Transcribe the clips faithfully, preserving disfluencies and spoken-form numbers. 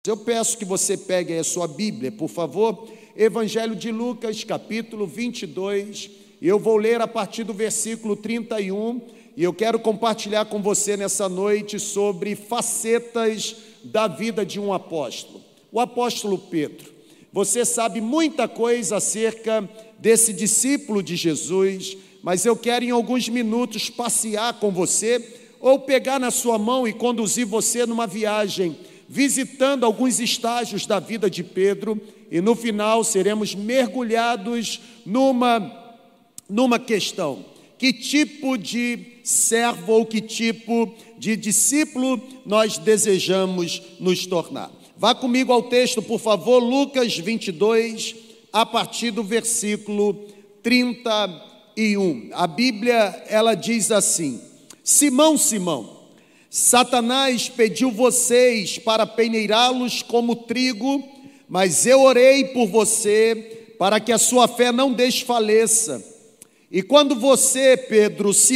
Eu peço que você pegue aí a sua Bíblia, por favor, Evangelho de Lucas, capítulo vinte e dois, e eu vou ler a partir do versículo trinta e um, e eu quero compartilhar com você nessa noite sobre facetas da vida de um apóstolo. O apóstolo Pedro. Você sabe muita coisa acerca desse discípulo de Jesus, mas eu quero em alguns minutos passear com você, ou pegar na sua mão e conduzir você numa viagem, visitando alguns estágios da vida de Pedro, e no final seremos mergulhados numa, numa questão: que tipo de servo ou que tipo de discípulo nós desejamos nos tornar? Vá comigo ao texto, por favor, Lucas vinte e dois, a partir do versículo trinta e um. A Bíblia, ela diz assim: Simão, Simão, Satanás pediu vocês para peneirá-los como trigo, mas eu orei por você para que a sua fé não desfaleça. E quando você, Pedro, se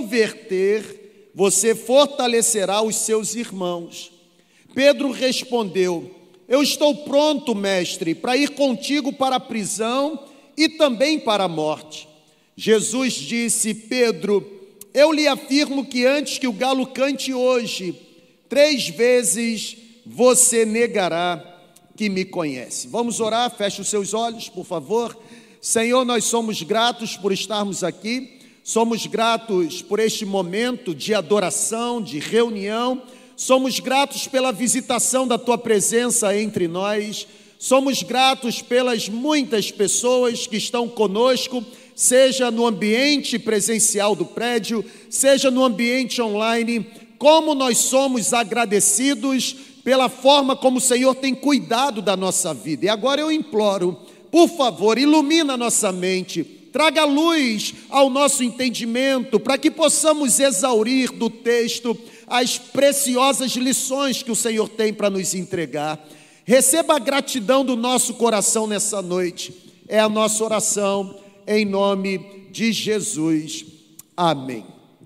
converter, você fortalecerá os seus irmãos. Pedro respondeu: eu estou pronto, mestre, para ir contigo para a prisão e também para a morte. Jesus disse: Pedro, eu lhe afirmo que antes que o galo cante hoje, três vezes você negará que me conhece. Vamos orar, feche os seus olhos, por favor. Senhor, nós somos gratos por estarmos aqui, somos gratos por este momento de adoração, de reunião, somos gratos pela visitação da Tua presença entre nós, somos gratos pelas muitas pessoas que estão conosco, seja no ambiente presencial do prédio, seja no ambiente online. Como nós somos agradecidos pela forma como o Senhor tem cuidado da nossa vida. E agora eu imploro, por favor, ilumina a nossa mente, traga luz ao nosso entendimento, para que possamos exaurir do texto as preciosas lições que o Senhor tem para nos entregar. Receba a gratidão do nosso coração nessa noite, é a nossa oração, em nome de Jesus, amém.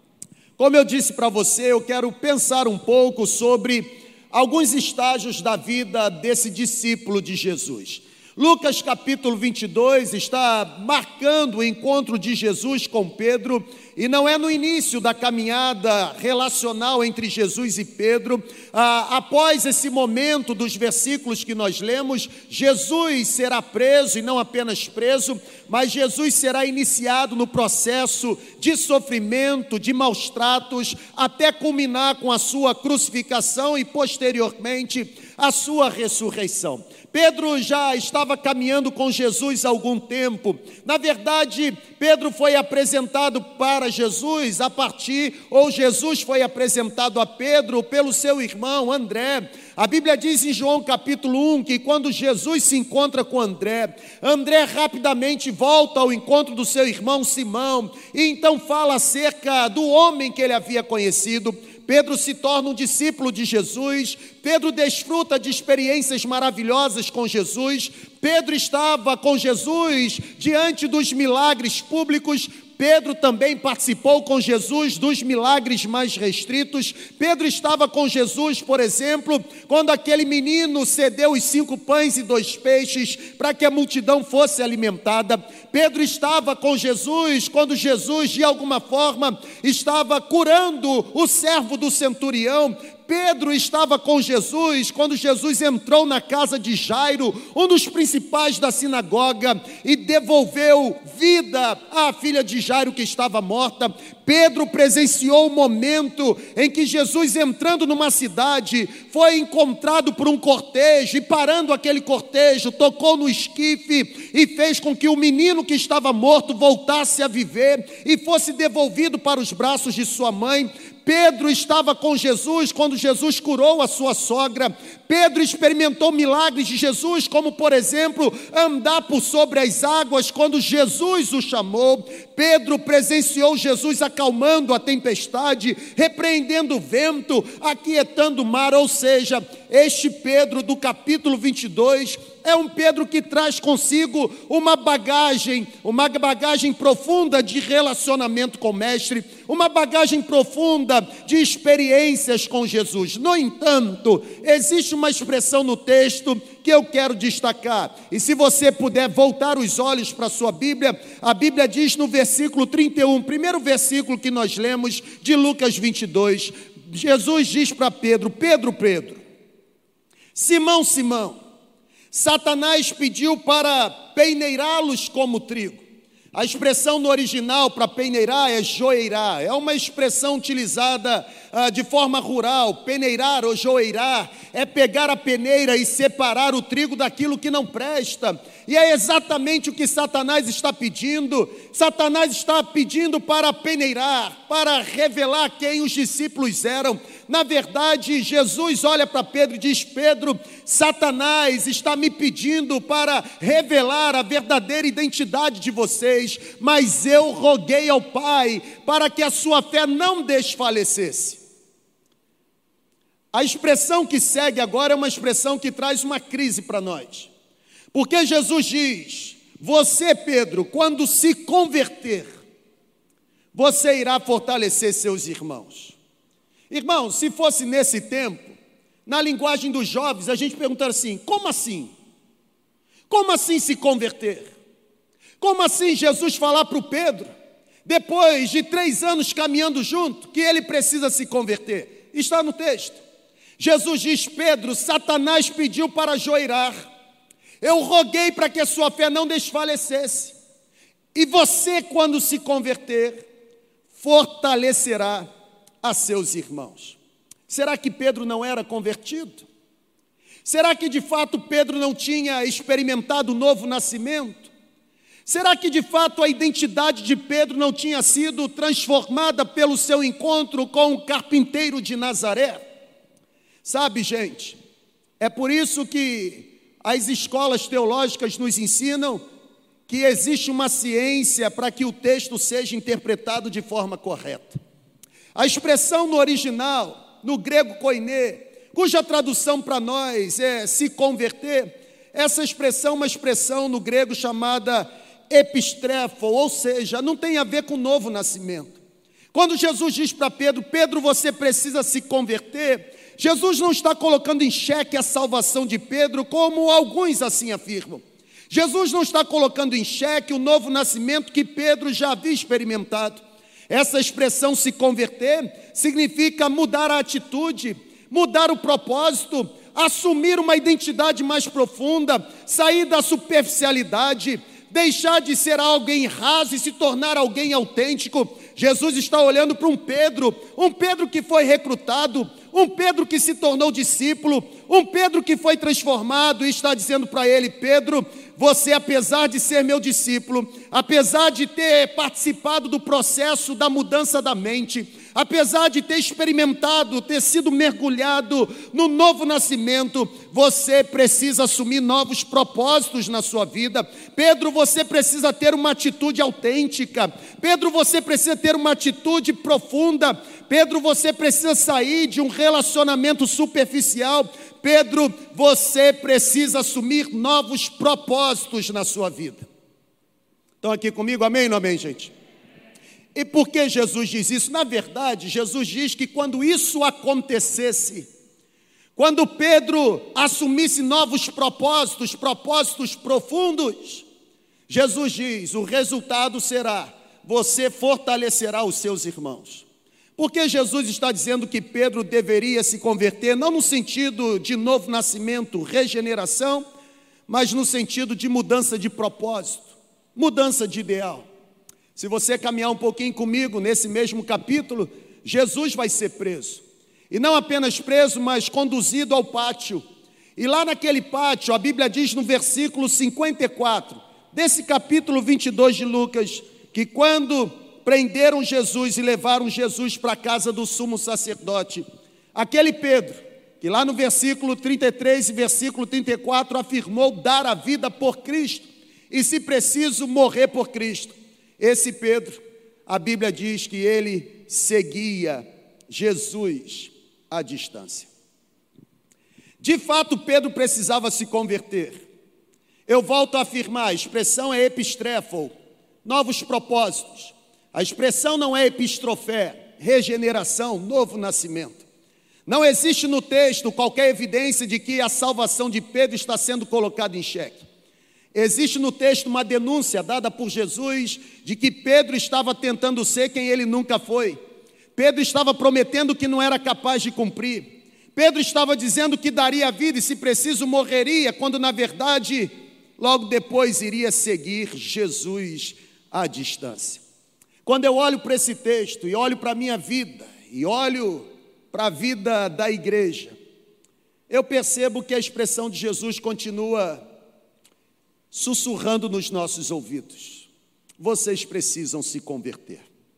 Como eu disse para você, eu quero pensar um pouco sobre alguns estágios da vida desse discípulo de Jesus. Lucas capítulo vinte e dois está marcando o encontro de Jesus com Pedro, e não é no início da caminhada relacional entre Jesus e Pedro. Ah, após esse momento dos versículos que nós lemos, Jesus será preso, e não apenas preso, mas Jesus será iniciado no processo de sofrimento, de maus tratos, até culminar com a sua crucificação e posteriormente a sua ressurreição. Pedro já estava caminhando com Jesus há algum tempo. Na verdade, Pedro foi apresentado para Jesus a partir, ou Jesus foi apresentado a Pedro pelo seu irmão André. A Bíblia diz em João capítulo um que quando Jesus se encontra com André, André rapidamente volta ao encontro do seu irmão Simão, e então fala acerca do homem que ele havia conhecido. Pedro se torna um discípulo de Jesus, Pedro desfruta de experiências maravilhosas com Jesus, Pedro estava com Jesus diante dos milagres públicos, Pedro também participou com Jesus dos milagres mais restritos. Pedro estava com Jesus, por exemplo, quando aquele menino cedeu os cinco pães e dois peixes para que a multidão fosse alimentada. Pedro estava com Jesus quando Jesus, de alguma forma, estava curando o servo do centurião. Pedro estava com Jesus quando Jesus entrou na casa de Jairo, um dos principais da sinagoga, e devolveu vida à filha de Jairo que estava morta. Pedro presenciou o momento em que Jesus, entrando numa cidade, foi encontrado por um cortejo, e parando aquele cortejo, tocou no esquife e fez com que o menino que estava morto voltasse a viver e fosse devolvido para os braços de sua mãe. Pedro estava com Jesus quando Jesus curou a sua sogra. Pedro experimentou milagres de Jesus, como por exemplo, andar por sobre as águas quando Jesus o chamou. Pedro presenciou Jesus acalmando a tempestade, repreendendo o vento, aquietando o mar. Ou seja, este Pedro do capítulo vinte e dois É um Pedro que traz consigo uma bagagem, uma bagagem profunda de relacionamento com o Mestre, uma bagagem profunda de experiências com Jesus. No entanto, existe uma expressão no texto que eu quero destacar. E se você puder voltar os olhos para a sua Bíblia, a Bíblia diz no versículo trinta e um, primeiro versículo que nós lemos de Lucas vinte e dois, Jesus diz para Pedro: Pedro, Pedro, Simão, Simão, Satanás pediu para peneirá-los como trigo. A expressão no original para peneirar é joeirar, é uma expressão utilizada ah, de forma rural. Peneirar ou joeirar é pegar a peneira e separar o trigo daquilo que não presta. E é exatamente o que Satanás está pedindo. Satanás está pedindo para peneirar, para revelar quem os discípulos eram. Na verdade, Jesus olha para Pedro e diz: Pedro, Satanás está me pedindo para revelar a verdadeira identidade de vocês, mas eu roguei ao Pai para que a sua fé não desfalecesse. A expressão que segue agora é uma expressão que traz uma crise para nós. Porque Jesus diz: você, Pedro, quando se converter, você irá fortalecer seus irmãos. Irmão, se fosse nesse tempo, na linguagem dos jovens, a gente perguntaria assim: como assim? Como assim se converter? Como assim Jesus falar para o Pedro, depois de três anos caminhando junto, que ele precisa se converter? Está no texto. Jesus diz: Pedro, Satanás pediu para joeirar. Eu roguei para que a sua fé não desfalecesse. E você, quando se converter, fortalecerá a seus irmãos. Será que Pedro não era convertido? Será que de fato Pedro não tinha experimentado o novo nascimento? Será que de fato a identidade de Pedro não tinha sido transformada pelo seu encontro com o carpinteiro de Nazaré? Sabe, gente, é por isso que as escolas teológicas nos ensinam que existe uma ciência para que o texto seja interpretado de forma correta. A expressão no original, no grego koiné, cuja tradução para nós é se converter, essa expressão é uma expressão no grego chamada epistrefo, ou seja, não tem a ver com o novo nascimento. Quando Jesus diz para Pedro: Pedro, você precisa se converter, Jesus não está colocando em xeque a salvação de Pedro, como alguns assim afirmam. Jesus não está colocando em xeque o novo nascimento que Pedro já havia experimentado. Essa expressão se converter significa mudar a atitude, mudar o propósito, assumir uma identidade mais profunda, sair da superficialidade, deixar de ser alguém raso e se tornar alguém autêntico. Jesus está olhando para um Pedro, um Pedro que foi recrutado, um Pedro que se tornou discípulo, um Pedro que foi transformado, e está dizendo para ele: Pedro, você, apesar de ser meu discípulo, apesar de ter participado do processo da mudança da mente, apesar de ter experimentado, ter sido mergulhado no novo nascimento, você precisa assumir novos propósitos na sua vida. Pedro, você precisa ter uma atitude autêntica. Pedro, você precisa ter uma atitude profunda. Pedro, você precisa sair de um relacionamento superficial. Pedro, você precisa assumir novos propósitos na sua vida. Estão aqui comigo? Amém ou não amém, gente? E por que Jesus diz isso? Na verdade, Jesus diz que quando isso acontecesse, quando Pedro assumisse novos propósitos, propósitos profundos, Jesus diz: o resultado será, você fortalecerá os seus irmãos. Porque Jesus está dizendo que Pedro deveria se converter, não no sentido de novo nascimento, regeneração, mas no sentido de mudança de propósito, mudança de ideal. Se você caminhar um pouquinho comigo nesse mesmo capítulo, Jesus vai ser preso. E não apenas preso, mas conduzido ao pátio. E lá naquele pátio, a Bíblia diz no versículo cinquenta e quatro, desse capítulo vinte e dois de Lucas, que quando prenderam Jesus e levaram Jesus para a casa do sumo sacerdote, aquele Pedro, que lá no versículo trinta e três e versículo trinta e quatro afirmou dar a vida por Cristo, e se preciso morrer por Cristo, esse Pedro, a Bíblia diz que ele seguia Jesus à distância. De fato, Pedro precisava se converter. Eu volto a afirmar, a expressão é epistrefo, novos propósitos. A expressão não é epistrofé, regeneração, novo nascimento. Não existe no texto qualquer evidência de que a salvação de Pedro está sendo colocada em xeque. Existe no texto uma denúncia dada por Jesus de que Pedro estava tentando ser quem ele nunca foi. Pedro estava prometendo que não era capaz de cumprir. Pedro estava dizendo que daria a vida e, se preciso, morreria, quando na verdade, logo depois iria seguir Jesus à distância. Quando eu olho para esse texto e olho para a minha vida e olho para a vida da igreja, eu percebo que a expressão de Jesus continua sussurrando nos nossos ouvidos: vocês precisam se converter.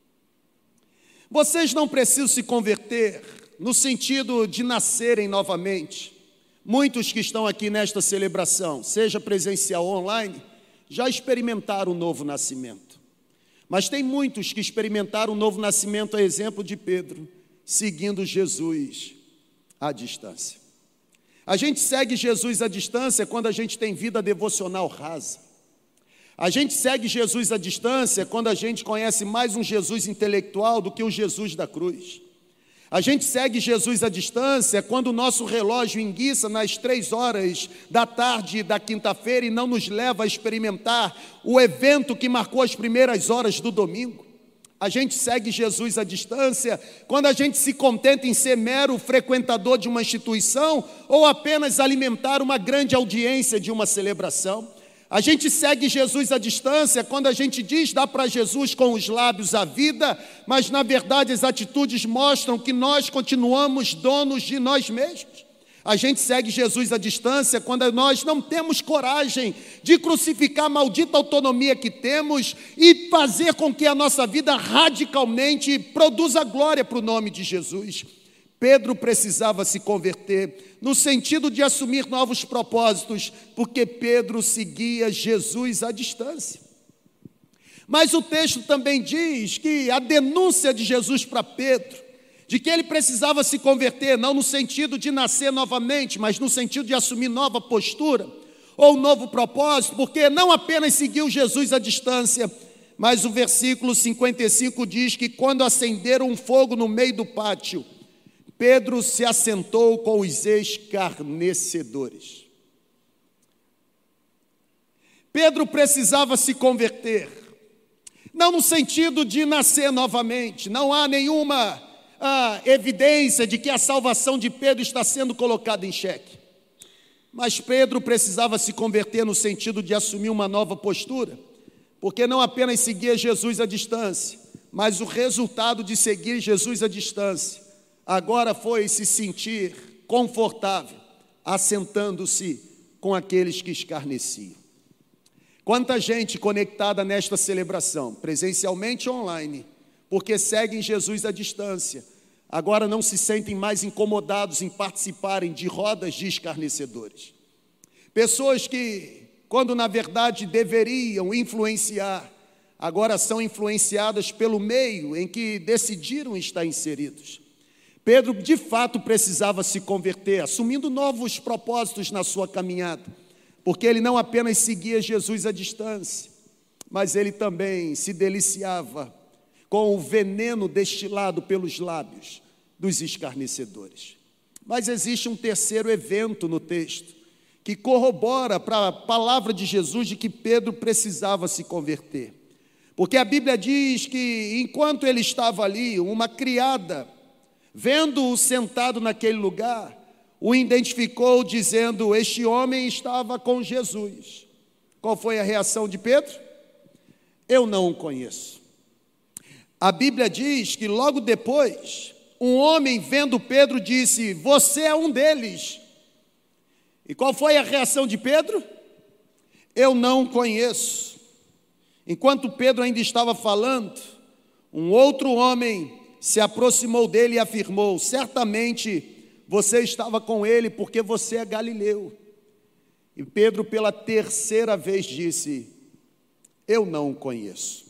Vocês não precisam se converter no sentido de nascerem novamente. Muitos que estão aqui nesta celebração, seja presencial ou online, já experimentaram o novo nascimento. Mas tem muitos que experimentaram o novo nascimento a exemplo de Pedro, seguindo Jesus à distância. A gente segue Jesus à distância quando a gente tem vida devocional rasa. A gente segue Jesus à distância quando a gente conhece mais um Jesus intelectual do que o Jesus da cruz. A gente segue Jesus à distância quando o nosso relógio enguiça nas três horas da tarde da quinta-feira e não nos leva a experimentar o evento que marcou as primeiras horas do domingo. A gente segue Jesus à distância quando a gente se contenta em ser mero frequentador de uma instituição ou apenas alimentar uma grande audiência de uma celebração. A gente segue Jesus à distância quando a gente diz dar para Jesus com os lábios a vida, mas na verdade as atitudes mostram que nós continuamos donos de nós mesmos. A gente segue Jesus à distância quando nós não temos coragem de crucificar a maldita autonomia que temos e fazer com que a nossa vida radicalmente produza glória para o nome de Jesus. Pedro precisava se converter no sentido de assumir novos propósitos, porque Pedro seguia Jesus à distância. Mas o texto também diz que a denúncia de Jesus para Pedro, de que ele precisava se converter, não no sentido de nascer novamente, mas no sentido de assumir nova postura, ou novo propósito, porque não apenas seguiu Jesus à distância, mas o versículo cinquenta e cinco diz que quando acenderam um fogo no meio do pátio, Pedro se assentou com os escarnecedores. Pedro precisava se converter, não no sentido de nascer novamente. Não há nenhuma ah, evidência de que a salvação de Pedro está sendo colocada em xeque. Mas Pedro precisava se converter no sentido de assumir uma nova postura, porque não apenas seguia Jesus à distância, mas o resultado de seguir Jesus à distância agora foi se sentir confortável, assentando-se com aqueles que escarneciam. Quanta gente conectada nesta celebração, presencialmente ou online, porque seguem Jesus à distância, agora não se sentem mais incomodados em participarem de rodas de escarnecedores. Pessoas que, quando na verdade deveriam influenciar, agora são influenciadas pelo meio em que decidiram estar inseridos. Pedro, de fato, precisava se converter, assumindo novos propósitos na sua caminhada, porque ele não apenas seguia Jesus à distância, mas ele também se deliciava com o veneno destilado pelos lábios dos escarnecedores. Mas existe um terceiro evento no texto, que corrobora para a palavra de Jesus de que Pedro precisava se converter. Porque a Bíblia diz que, enquanto ele estava ali, uma criada, vendo-o sentado naquele lugar, o identificou dizendo: este homem estava com Jesus. Qual foi a reação de Pedro? Eu não o conheço. A Bíblia diz que logo depois, um homem vendo Pedro disse: você é um deles. E qual foi a reação de Pedro? Eu não o conheço. Enquanto Pedro ainda estava falando, um outro homem se aproximou dele e afirmou: certamente você estava com ele porque você é galileu. E Pedro pela terceira vez disse: eu não o conheço.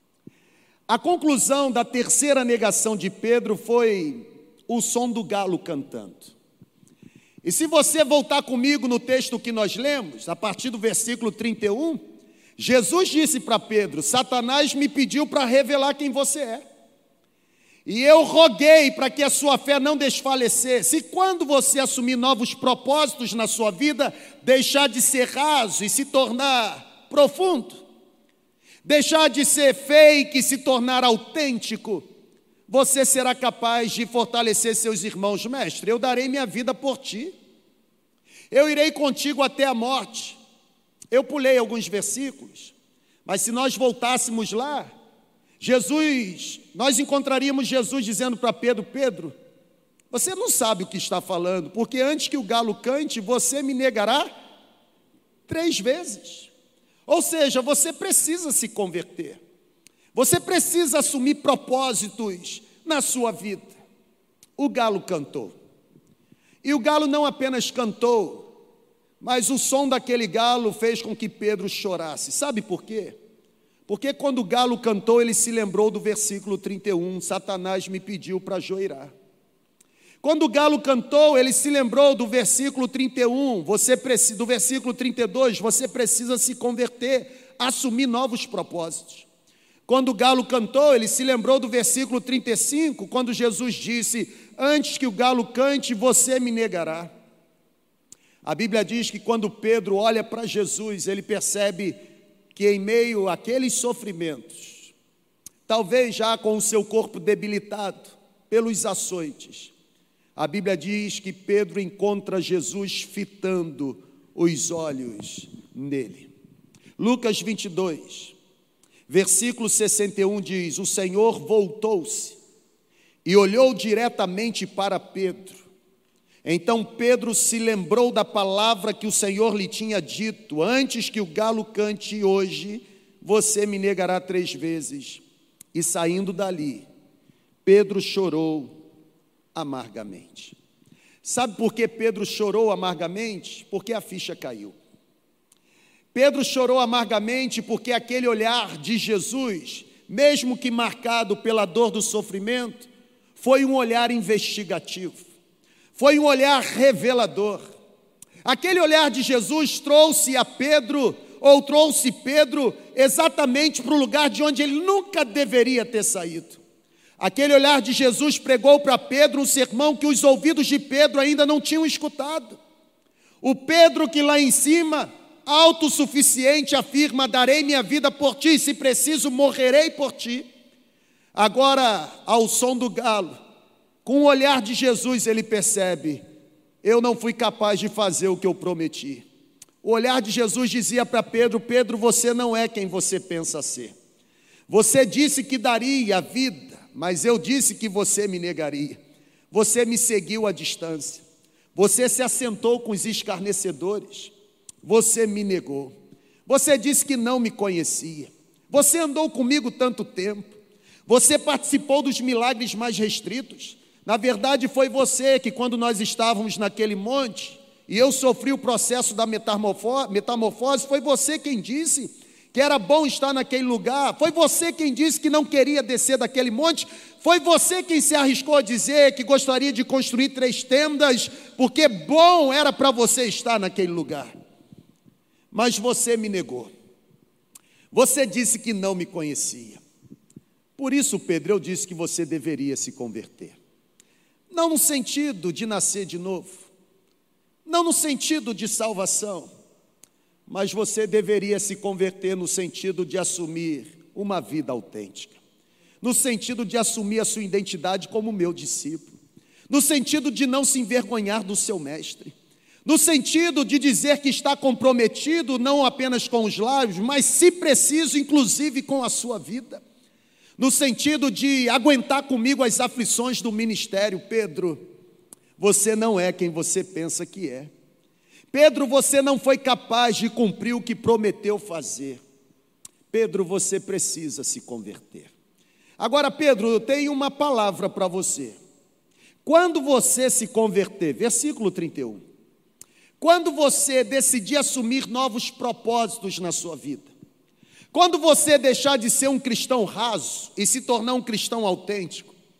A conclusão da terceira negação de Pedro foi o som do galo cantando. E se você voltar comigo no texto que nós lemos, a partir do versículo trinta e um, Jesus disse para Pedro: Satanás me pediu para revelar quem você é. E eu roguei para que a sua fé não desfalecesse. E quando você assumir novos propósitos na sua vida, deixar de ser raso e se tornar profundo, deixar de ser fake e se tornar autêntico, você será capaz de fortalecer seus irmãos. Mestre, eu darei minha vida por ti. Eu irei contigo até a morte. Eu pulei alguns versículos, mas se nós voltássemos lá, Jesus, nós encontraríamos Jesus dizendo para Pedro: Pedro, você não sabe o que está falando, porque antes que o galo cante, você me negará três vezes. Ou seja, você precisa se converter. Você precisa assumir propósitos na sua vida. O galo cantou. E o galo não apenas cantou, mas o som daquele galo fez com que Pedro chorasse. Sabe por quê? Porque quando o galo cantou, ele se lembrou do versículo trinta e um, Satanás me pediu para joeirar. Quando o galo cantou, ele se lembrou do versículo trinta e um, você precisa, do versículo trinta e dois, você precisa se converter, assumir novos propósitos. Quando o galo cantou, ele se lembrou do versículo trinta e cinco, quando Jesus disse: antes que o galo cante, você me negará. A Bíblia diz que quando Pedro olha para Jesus, ele percebe que em meio àqueles sofrimentos, talvez já com o seu corpo debilitado pelos açoites, a Bíblia diz que Pedro encontra Jesus fitando os olhos nele. Lucas vinte e dois, versículo sessenta e um diz: o Senhor voltou-se e olhou diretamente para Pedro. Então Pedro se lembrou da palavra que o Senhor lhe tinha dito: antes que o galo cante hoje, você me negará três vezes. E saindo dali, Pedro chorou amargamente. Sabe por que Pedro chorou amargamente? Porque a ficha caiu. Pedro chorou amargamente porque aquele olhar de Jesus, mesmo que marcado pela dor do sofrimento, foi um olhar investigativo. Foi um olhar revelador. Aquele olhar de Jesus trouxe a Pedro, ou trouxe Pedro, exatamente para o lugar de onde ele nunca deveria ter saído. Aquele olhar de Jesus pregou para Pedro um sermão que os ouvidos de Pedro ainda não tinham escutado. O Pedro que lá em cima, autossuficiente, afirma: darei minha vida por ti, se preciso morrerei por ti. Agora, ao som do galo, com o olhar de Jesus, ele percebe: eu não fui capaz de fazer o que eu prometi. O olhar de Jesus dizia para Pedro: Pedro, você não é quem você pensa ser. Você disse que daria a vida, mas eu disse que você me negaria. Você me seguiu à distância. Você se assentou com os escarnecedores. Você me negou. Você disse que não me conhecia. Você andou comigo tanto tempo. Você participou dos milagres mais restritos. Na verdade, foi você que, quando nós estávamos naquele monte, e eu sofri o processo da metamorfose, foi você quem disse que era bom estar naquele lugar. Foi você quem disse que não queria descer daquele monte. Foi você quem se arriscou a dizer que gostaria de construir três tendas, porque bom era para você estar naquele lugar. Mas você me negou. Você disse que não me conhecia. Por isso, Pedro, eu disse que você deveria se converter. Não no sentido de nascer de novo, não no sentido de salvação, mas você deveria se converter no sentido de assumir uma vida autêntica, no sentido de assumir a sua identidade como meu discípulo, no sentido de não se envergonhar do seu mestre, no sentido de dizer que está comprometido não apenas com os lábios, mas, se preciso, inclusive com a sua vida, no sentido de aguentar comigo as aflições do ministério. Pedro, você não é quem você pensa que é. Pedro, você não foi capaz de cumprir o que prometeu fazer. Pedro, você precisa se converter. Agora, Pedro, eu tenho uma palavra para você. Quando você se converter, versículo trinta e um, quando você decidir assumir novos propósitos na sua vida, quando você deixar de ser um cristão raso e se tornar um cristão autêntico,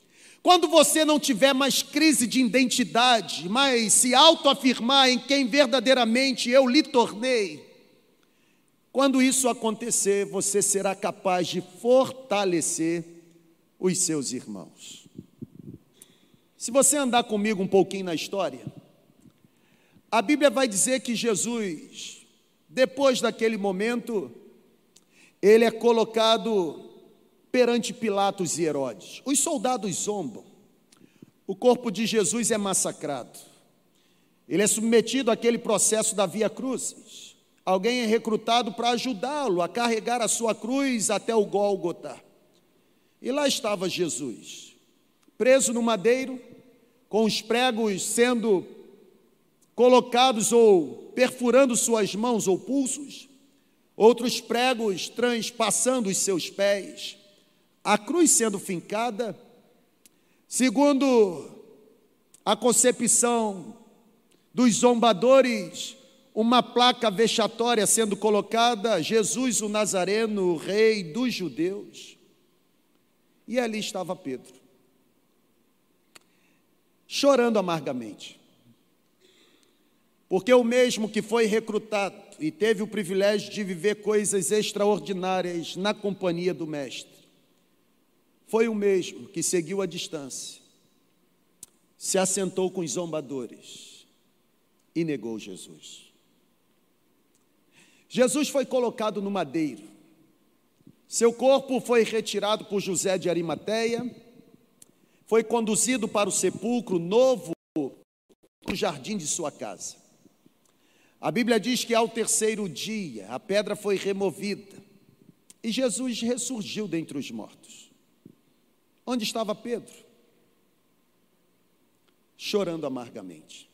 Quando você não tiver mais crise de identidade, mas se autoafirmar em quem verdadeiramente eu lhe tornei, quando isso acontecer, você será capaz de fortalecer os seus irmãos. Se você andar comigo um pouquinho na história, a Bíblia vai dizer que Jesus, depois daquele momento, ele é colocado perante Pilatos e Herodes. Os soldados zombam. O corpo de Jesus é massacrado. Ele é submetido àquele processo da Via Crucis. Alguém é recrutado para ajudá-lo a carregar a sua cruz até o Gólgota. E lá estava Jesus, preso no madeiro, com os pregos sendo colocados ou perfurando suas mãos ou pulsos, outros pregos transpassando os seus pés, a cruz sendo fincada, segundo a concepção dos zombadores, uma placa vexatória sendo colocada, Jesus o Nazareno, o rei dos judeus. E ali estava Pedro, chorando amargamente, porque o mesmo que foi recrutado e teve o privilégio de viver coisas extraordinárias na companhia do Mestre, foi o mesmo que seguiu a distância, se assentou com os zombadores e negou Jesus. Jesus foi colocado no madeiro, seu corpo foi retirado por José de Arimateia, foi conduzido para o sepulcro novo no jardim de sua casa. A Bíblia diz que ao terceiro dia a pedra foi removida e Jesus ressurgiu dentre os mortos. Onde estava Pedro? Chorando amargamente.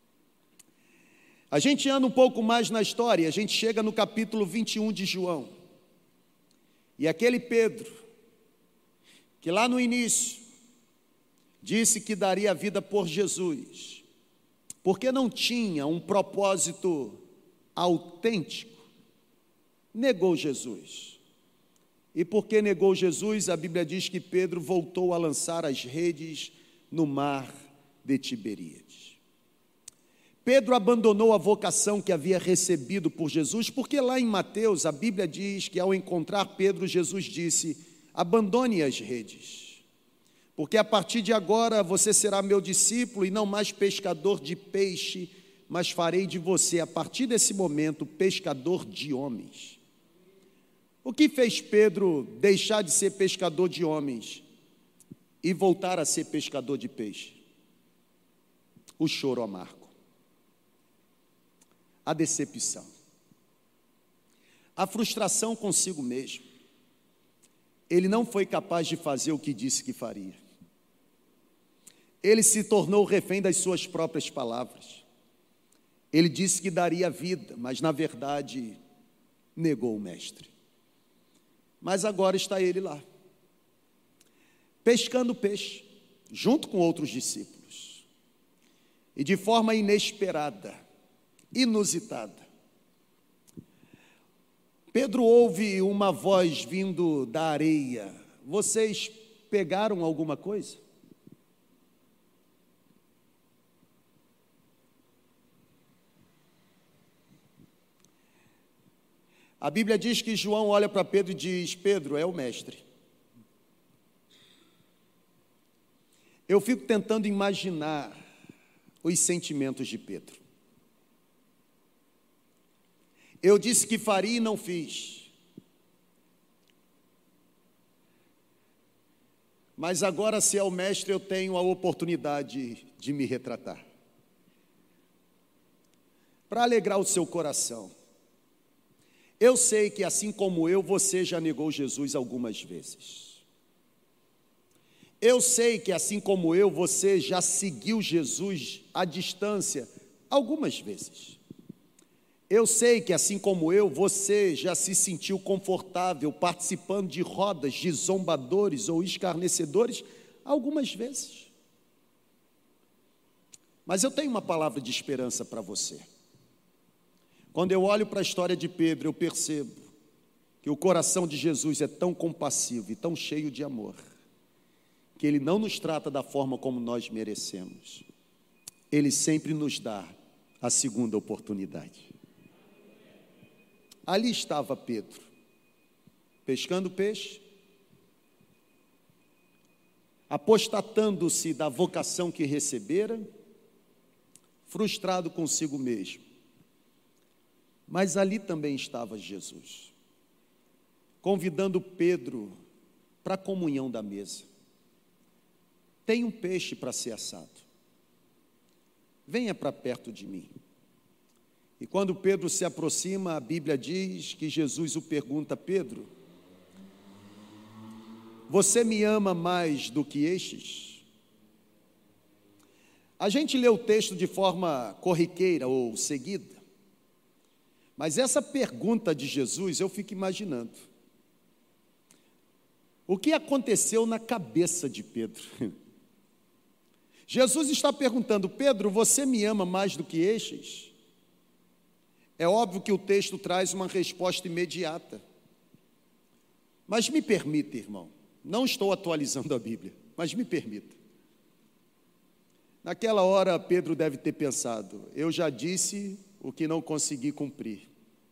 A gente anda um pouco mais na história, a gente chega no capítulo vinte e um de João. E aquele Pedro, que lá no início disse que daria a vida por Jesus, porque não tinha um propósito autêntico, negou Jesus. E porque negou Jesus, a Bíblia diz que Pedro voltou a lançar as redes no mar de Tiberíades. Pedro abandonou a vocação que havia recebido por Jesus, porque lá em Mateus a Bíblia diz que ao encontrar Pedro, Jesus disse: abandone as redes, porque a partir de agora você será meu discípulo e não mais pescador de peixe, mas farei de você, a partir desse momento, pescador de homens. O que fez Pedro deixar de ser pescador de homens e voltar a ser pescador de peixe? O choro amargo, a decepção, a frustração consigo mesmo. Ele não foi capaz de fazer o que disse que faria. Ele se tornou refém das suas próprias palavras. Ele disse que daria vida, mas na verdade negou o Mestre. Mas agora está ele lá, pescando peixe, junto com outros discípulos. E de forma inesperada, inusitada, Pedro ouve uma voz vindo da areia: vocês pegaram alguma coisa? A Bíblia diz que João olha para Pedro e diz: Pedro, é o Mestre. Eu fico tentando imaginar os sentimentos de Pedro. Eu disse que faria e não fiz. Mas agora, se é o Mestre, eu tenho a oportunidade de me retratar. Para alegrar o seu coração. Eu sei que assim como eu, você já negou Jesus algumas vezes. Eu sei que assim como eu, você já seguiu Jesus à distância algumas vezes. Eu sei que assim como eu, você já se sentiu confortável participando de rodas de zombadores ou escarnecedores algumas vezes. Mas eu tenho uma palavra de esperança para você. Quando eu olho para a história de Pedro, eu percebo que o coração de Jesus é tão compassivo e tão cheio de amor, que Ele não nos trata da forma como nós merecemos. Ele sempre nos dá a segunda oportunidade. Ali estava Pedro, pescando peixe, apostatando-se da vocação que recebera, frustrado consigo mesmo. Mas ali também estava Jesus, convidando Pedro para a comunhão da mesa. Tem um peixe para ser assado. Venha para perto de mim. E quando Pedro se aproxima, a Bíblia diz que Jesus o pergunta: Pedro, você me ama mais do que estes? A gente lê o texto de forma corriqueira ou seguida, mas essa pergunta de Jesus eu fico imaginando. O que aconteceu na cabeça de Pedro? Jesus está perguntando: Pedro, você me ama mais do que estes? É óbvio que o texto traz uma resposta imediata. Mas me permita, irmão, não estou atualizando a Bíblia, mas me permita. Naquela hora, Pedro deve ter pensado: eu já disse o que não consegui cumprir.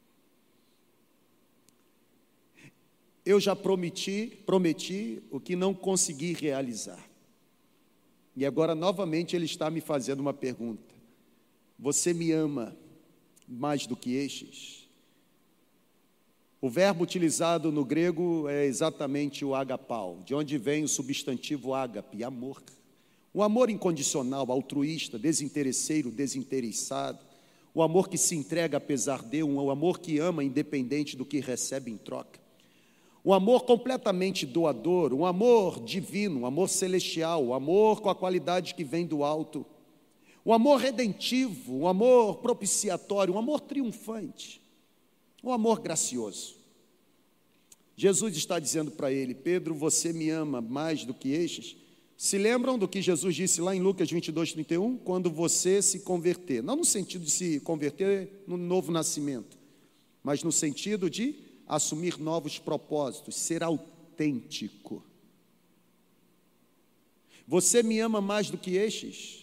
Eu já prometi, prometi o que não consegui realizar. E agora, novamente, ele está me fazendo uma pergunta: você me ama mais do que estes? O verbo utilizado no grego é exatamente o agapau, de onde vem o substantivo ágape, amor. O amor incondicional, altruísta, desinteresseiro, desinteressado. O amor que se entrega apesar de, um amor que ama independente do que recebe em troca. Um amor completamente doador, um amor divino, um amor celestial, um amor com a qualidade que vem do alto. Um amor redentivo, um amor propiciatório, um amor triunfante, um amor gracioso. Jesus está dizendo para ele: Pedro, você me ama mais do que estes? Se lembram do que Jesus disse lá em Lucas vinte e dois, trinta e um? Quando você se converter, não no sentido de se converter no novo nascimento, mas no sentido de assumir novos propósitos, ser autêntico. Você me ama mais do que estes?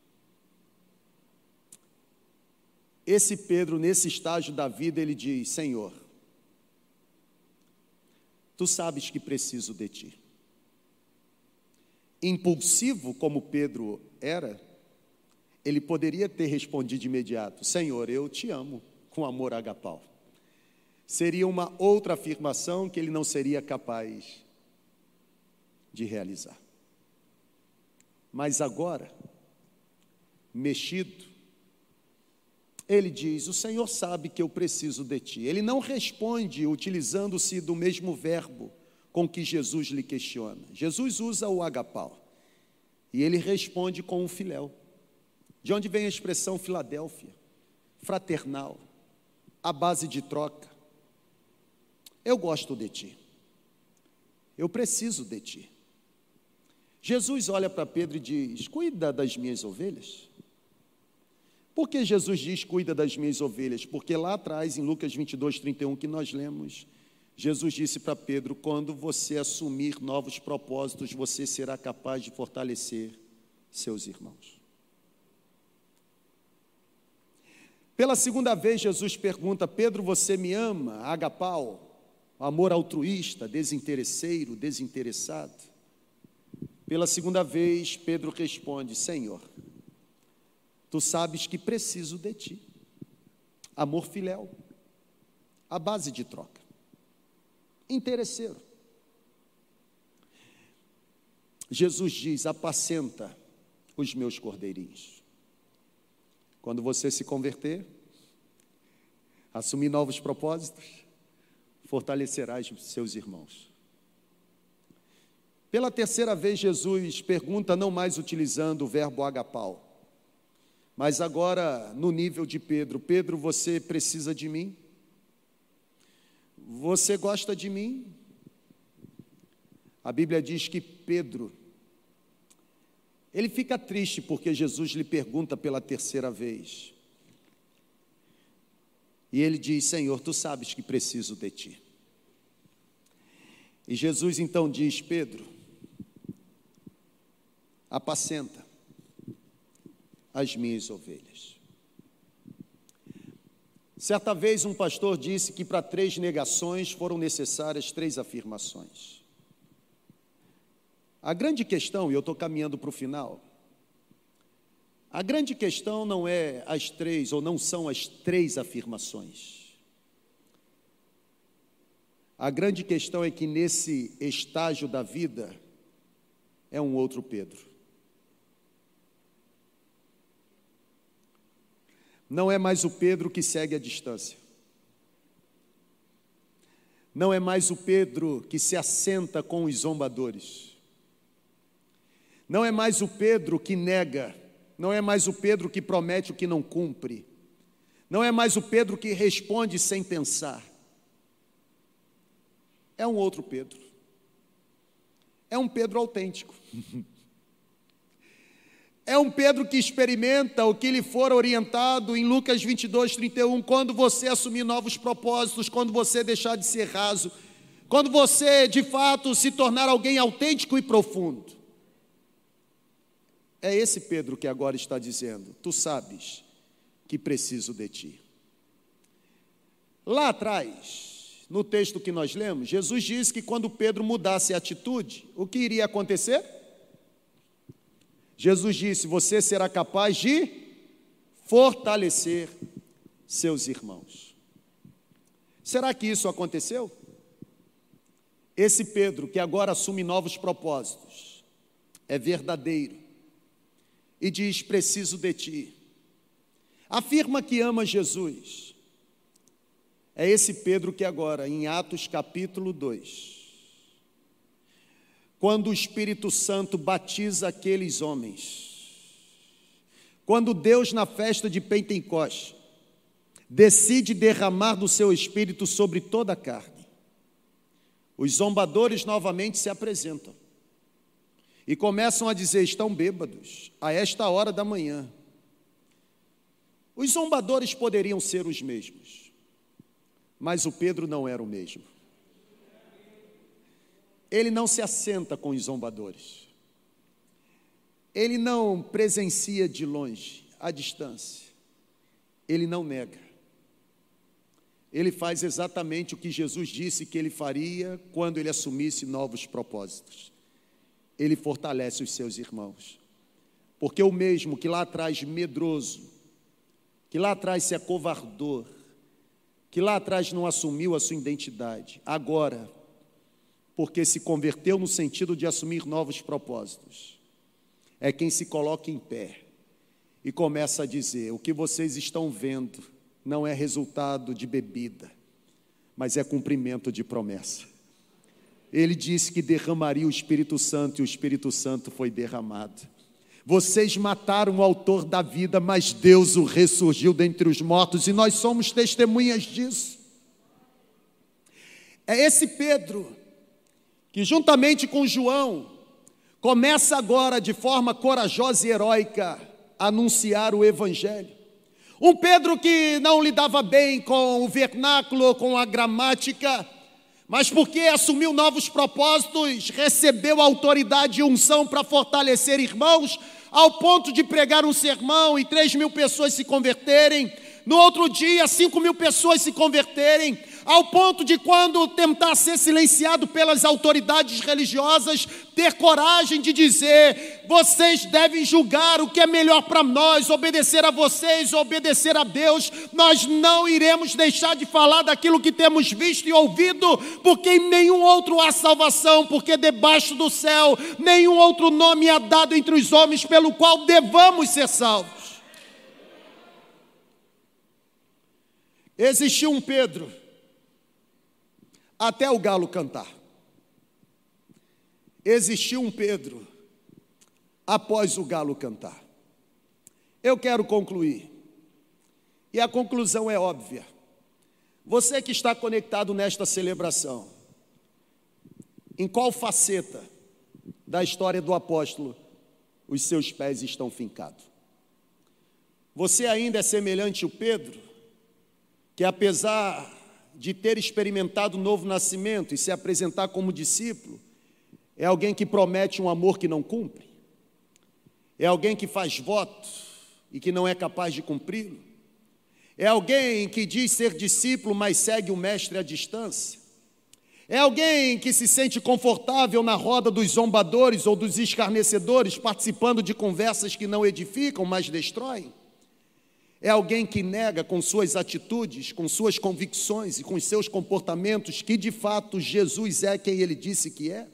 Esse Pedro, nesse estágio da vida, ele diz: Senhor, tu sabes que preciso de ti. Impulsivo como Pedro era, ele poderia ter respondido de imediato: Senhor, eu te amo, com amor agapau. Seria uma outra afirmação que ele não seria capaz de realizar. Mas agora, mexido, ele diz: o Senhor sabe que eu preciso de ti. Ele não responde utilizando-se do mesmo verbo com que Jesus lhe questiona. Jesus usa o agapau e ele responde com um filéu. De onde vem a expressão Filadélfia? Fraternal, à base de troca. Eu gosto de ti, eu preciso de ti. Jesus olha para Pedro e diz: cuida das minhas ovelhas. Por que Jesus diz cuida das minhas ovelhas? Porque lá atrás, em Lucas vinte e dois, trinta e um, que nós lemos, Jesus disse para Pedro: quando você assumir novos propósitos, você será capaz de fortalecer seus irmãos. Pela segunda vez, Jesus pergunta: Pedro, você me ama? Agapau, amor altruísta, desinteresseiro, desinteressado. Pela segunda vez, Pedro responde: Senhor, tu sabes que preciso de ti. Amor filéu, à base de troca. Interesseiro. Jesus diz: apacenta os meus cordeirinhos. Quando você se converter, assumir novos propósitos, fortalecerás seus irmãos. Pela terceira vez, Jesus pergunta, não mais utilizando o verbo agapau, mas agora no nível de Pedro: Pedro, você precisa de mim? Você gosta de mim? A Bíblia diz que Pedro, ele fica triste porque Jesus lhe pergunta pela terceira vez. E ele diz: Senhor, tu sabes que preciso de ti. E Jesus então diz: Pedro, apacenta as minhas ovelhas. Certa vez um pastor disse que para três negações foram necessárias três afirmações. A grande questão, e eu estou caminhando para o final, a grande questão não é as três, ou não são as três afirmações. A grande questão é que nesse estágio da vida é um outro Pedro. Não é mais o Pedro que segue a distância. Não é mais o Pedro que se assenta com os zombadores. Não é mais o Pedro que nega. Não é mais o Pedro que promete o que não cumpre. Não é mais o Pedro que responde sem pensar. É um outro Pedro. É um Pedro autêntico. É um Pedro que experimenta o que lhe for orientado em Lucas vinte e dois, trinta e um, quando você assumir novos propósitos, quando você deixar de ser raso, quando você, de fato, se tornar alguém autêntico e profundo. É esse Pedro que agora está dizendo, tu sabes que preciso de ti. Lá atrás, no texto que nós lemos, Jesus disse que quando Pedro mudasse a atitude, o que iria acontecer? Jesus disse, você será capaz de fortalecer seus irmãos. Será que isso aconteceu? Esse Pedro, que agora assume novos propósitos, é verdadeiro e diz, preciso de ti. Afirma que ama Jesus. É esse Pedro que agora, em Atos capítulo dois, quando o Espírito Santo batiza aqueles homens, quando Deus na festa de Pentecostes decide derramar do seu Espírito sobre toda a carne, os zombadores novamente se apresentam e começam a dizer, estão bêbados a esta hora da manhã. Os zombadores poderiam ser os mesmos, mas o Pedro não era o mesmo. Ele não se assenta com os zombadores. Ele não presencia de longe, à distância. Ele não nega. Ele faz exatamente o que Jesus disse que ele faria quando ele assumisse novos propósitos. Ele fortalece os seus irmãos. Porque o mesmo que lá atrás medroso, que lá atrás se acovardou, que lá atrás não assumiu a sua identidade, agora, porque se converteu no sentido de assumir novos propósitos, é quem se coloca em pé e começa a dizer, o que vocês estão vendo não é resultado de bebida, mas é cumprimento de promessa. Ele disse que derramaria o Espírito Santo e o Espírito Santo foi derramado. Vocês mataram o autor da vida, mas Deus o ressurgiu dentre os mortos e nós somos testemunhas disso. É esse Pedro que juntamente com João, começa agora de forma corajosa e heróica a anunciar o Evangelho. Um Pedro que não lidava bem com o vernáculo, com a gramática, mas porque assumiu novos propósitos, recebeu autoridade e unção para fortalecer irmãos, ao ponto de pregar um sermão e três mil pessoas se converterem, no outro dia cinco mil pessoas se converterem, ao ponto de quando tentar ser silenciado pelas autoridades religiosas, ter coragem de dizer, vocês devem julgar o que é melhor para nós, obedecer a vocês, obedecer a Deus, nós não iremos deixar de falar daquilo que temos visto e ouvido, porque em nenhum outro há salvação, porque debaixo do céu, nenhum outro nome há dado entre os homens, pelo qual devamos ser salvos. Existiu um Pedro, até o galo cantar. Existiu um Pedro, após o galo cantar. Eu quero concluir, e a conclusão é óbvia. Você que está conectado nesta celebração, em qual faceta da história do apóstolo os seus pés estão fincados? Você ainda é semelhante ao Pedro, que apesar de ter experimentado o novo nascimento e se apresentar como discípulo, é alguém que promete um amor que não cumpre? É alguém que faz voto e que não é capaz de cumpri-lo? É alguém que diz ser discípulo, mas segue o mestre à distância? É alguém que se sente confortável na roda dos zombadores ou dos escarnecedores, participando de conversas que não edificam, mas destroem? É alguém que nega com suas atitudes, com suas convicções e com seus comportamentos que de fato Jesus é quem ele disse que é?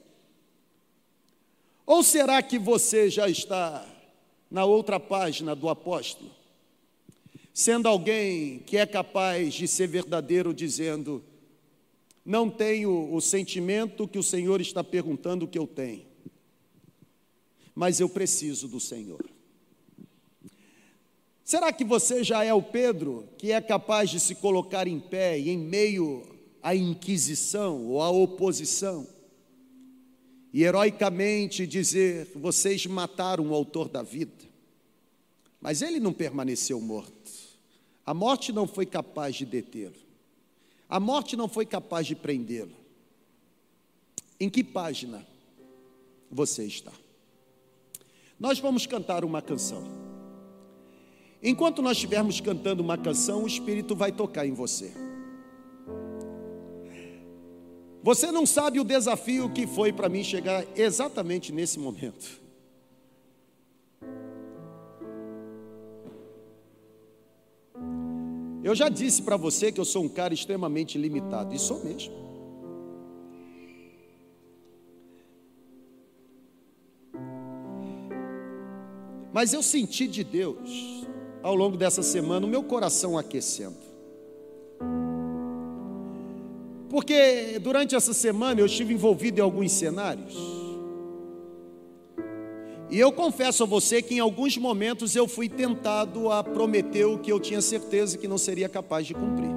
Ou será que você já está na outra página do apóstolo, sendo alguém que é capaz de ser verdadeiro, dizendo: não tenho o sentimento que o Senhor está perguntando que eu tenho, mas eu preciso do Senhor? Será que você já é o Pedro que é capaz de se colocar em pé e em meio à inquisição ou à oposição e heroicamente dizer: vocês mataram o autor da vida, mas ele não permaneceu morto, a morte não foi capaz de detê-lo, a morte não foi capaz de prendê-lo? Em que página você está? Nós vamos cantar uma canção. Enquanto nós estivermos cantando uma canção, o Espírito vai tocar em você. Você não sabe o desafio que foi para mim chegar exatamente nesse momento. Eu já disse para você que eu sou um cara extremamente limitado, e sou mesmo. Mas eu senti de Deus, ao longo dessa semana, o meu coração aquecendo. Porque durante essa semana eu estive envolvido em alguns cenários. E eu confesso a você que em alguns momentos eu fui tentado a prometer o que eu tinha certeza que não seria capaz de cumprir.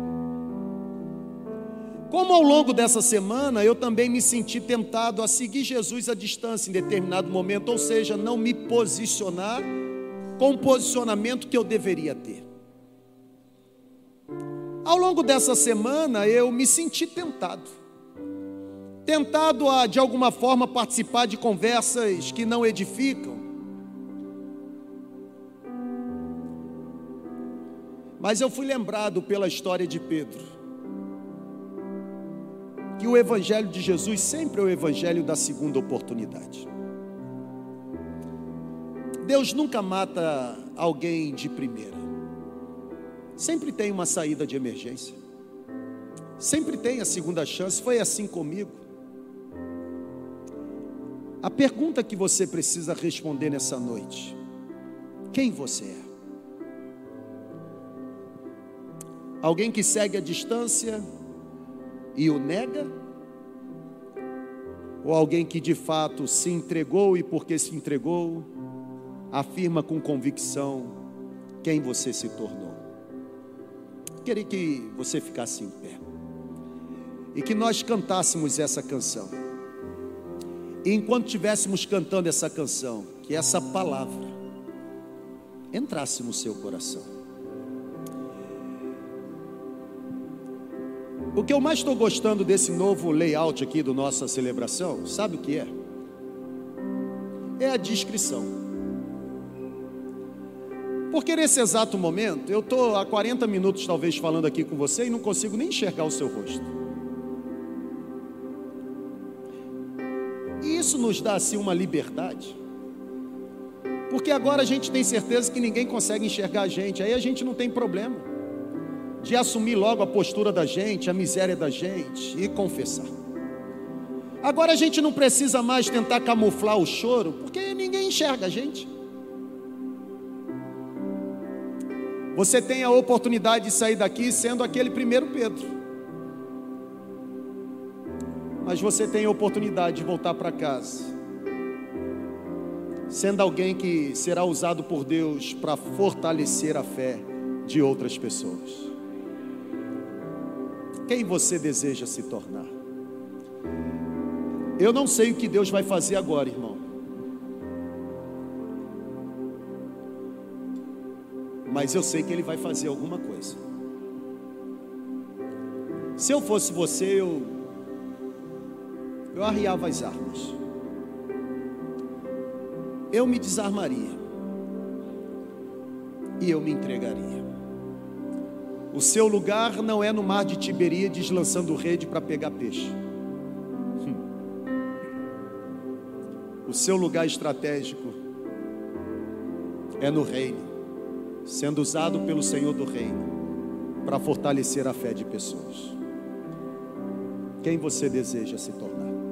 Como ao longo dessa semana eu também me senti tentado a seguir Jesus à distância em determinado momento, ou seja, não me posicionar com o posicionamento que eu deveria ter. Ao longo dessa semana eu me senti tentado. Tentado a, de alguma forma, participar de conversas que não edificam. Mas eu fui lembrado pela história de Pedro, que o Evangelho de Jesus sempre é o Evangelho da segunda oportunidade. Deus nunca mata alguém de primeira. Sempre tem uma saída de emergência. Sempre tem a segunda chance. Foi assim comigo. A pergunta que você precisa responder nessa noite: quem você é? Alguém que segue a distância e o nega? Ou alguém que de fato se entregou e porque se entregou, afirma com convicção quem você se tornou? Queria que você ficasse em pé e que nós cantássemos essa canção. E enquanto estivéssemos cantando essa canção, que essa palavra entrasse no seu coração. O que eu mais estou gostando desse novo layout aqui do nossa celebração, sabe o que é? É a descrição. Porque nesse exato momento, eu estou há quarenta minutos talvez falando aqui com você e não consigo nem enxergar o seu rosto. E isso nos dá assim uma liberdade. Porque agora a gente tem certeza que ninguém consegue enxergar a gente. Aí a gente não tem problema de assumir logo a postura da gente, a miséria da gente e confessar. Agora a gente não precisa mais tentar camuflar o choro, porque ninguém enxerga a gente. Você tem a oportunidade de sair daqui sendo aquele primeiro Pedro. Mas você tem a oportunidade de voltar para casa sendo alguém que será usado por Deus para fortalecer a fé de outras pessoas. Quem você deseja se tornar? Eu não sei o que Deus vai fazer agora, irmão. Mas eu sei que Ele vai fazer alguma coisa. Se eu fosse você, eu, eu arriava as armas. Eu me desarmaria. e eu me entregaria. O seu lugar não é no mar de Tiberíades lançando rede para pegar peixe. O seu lugar estratégico é no reino, sendo usado pelo Senhor do reino para fortalecer a fé de pessoas. Quem você deseja se tornar?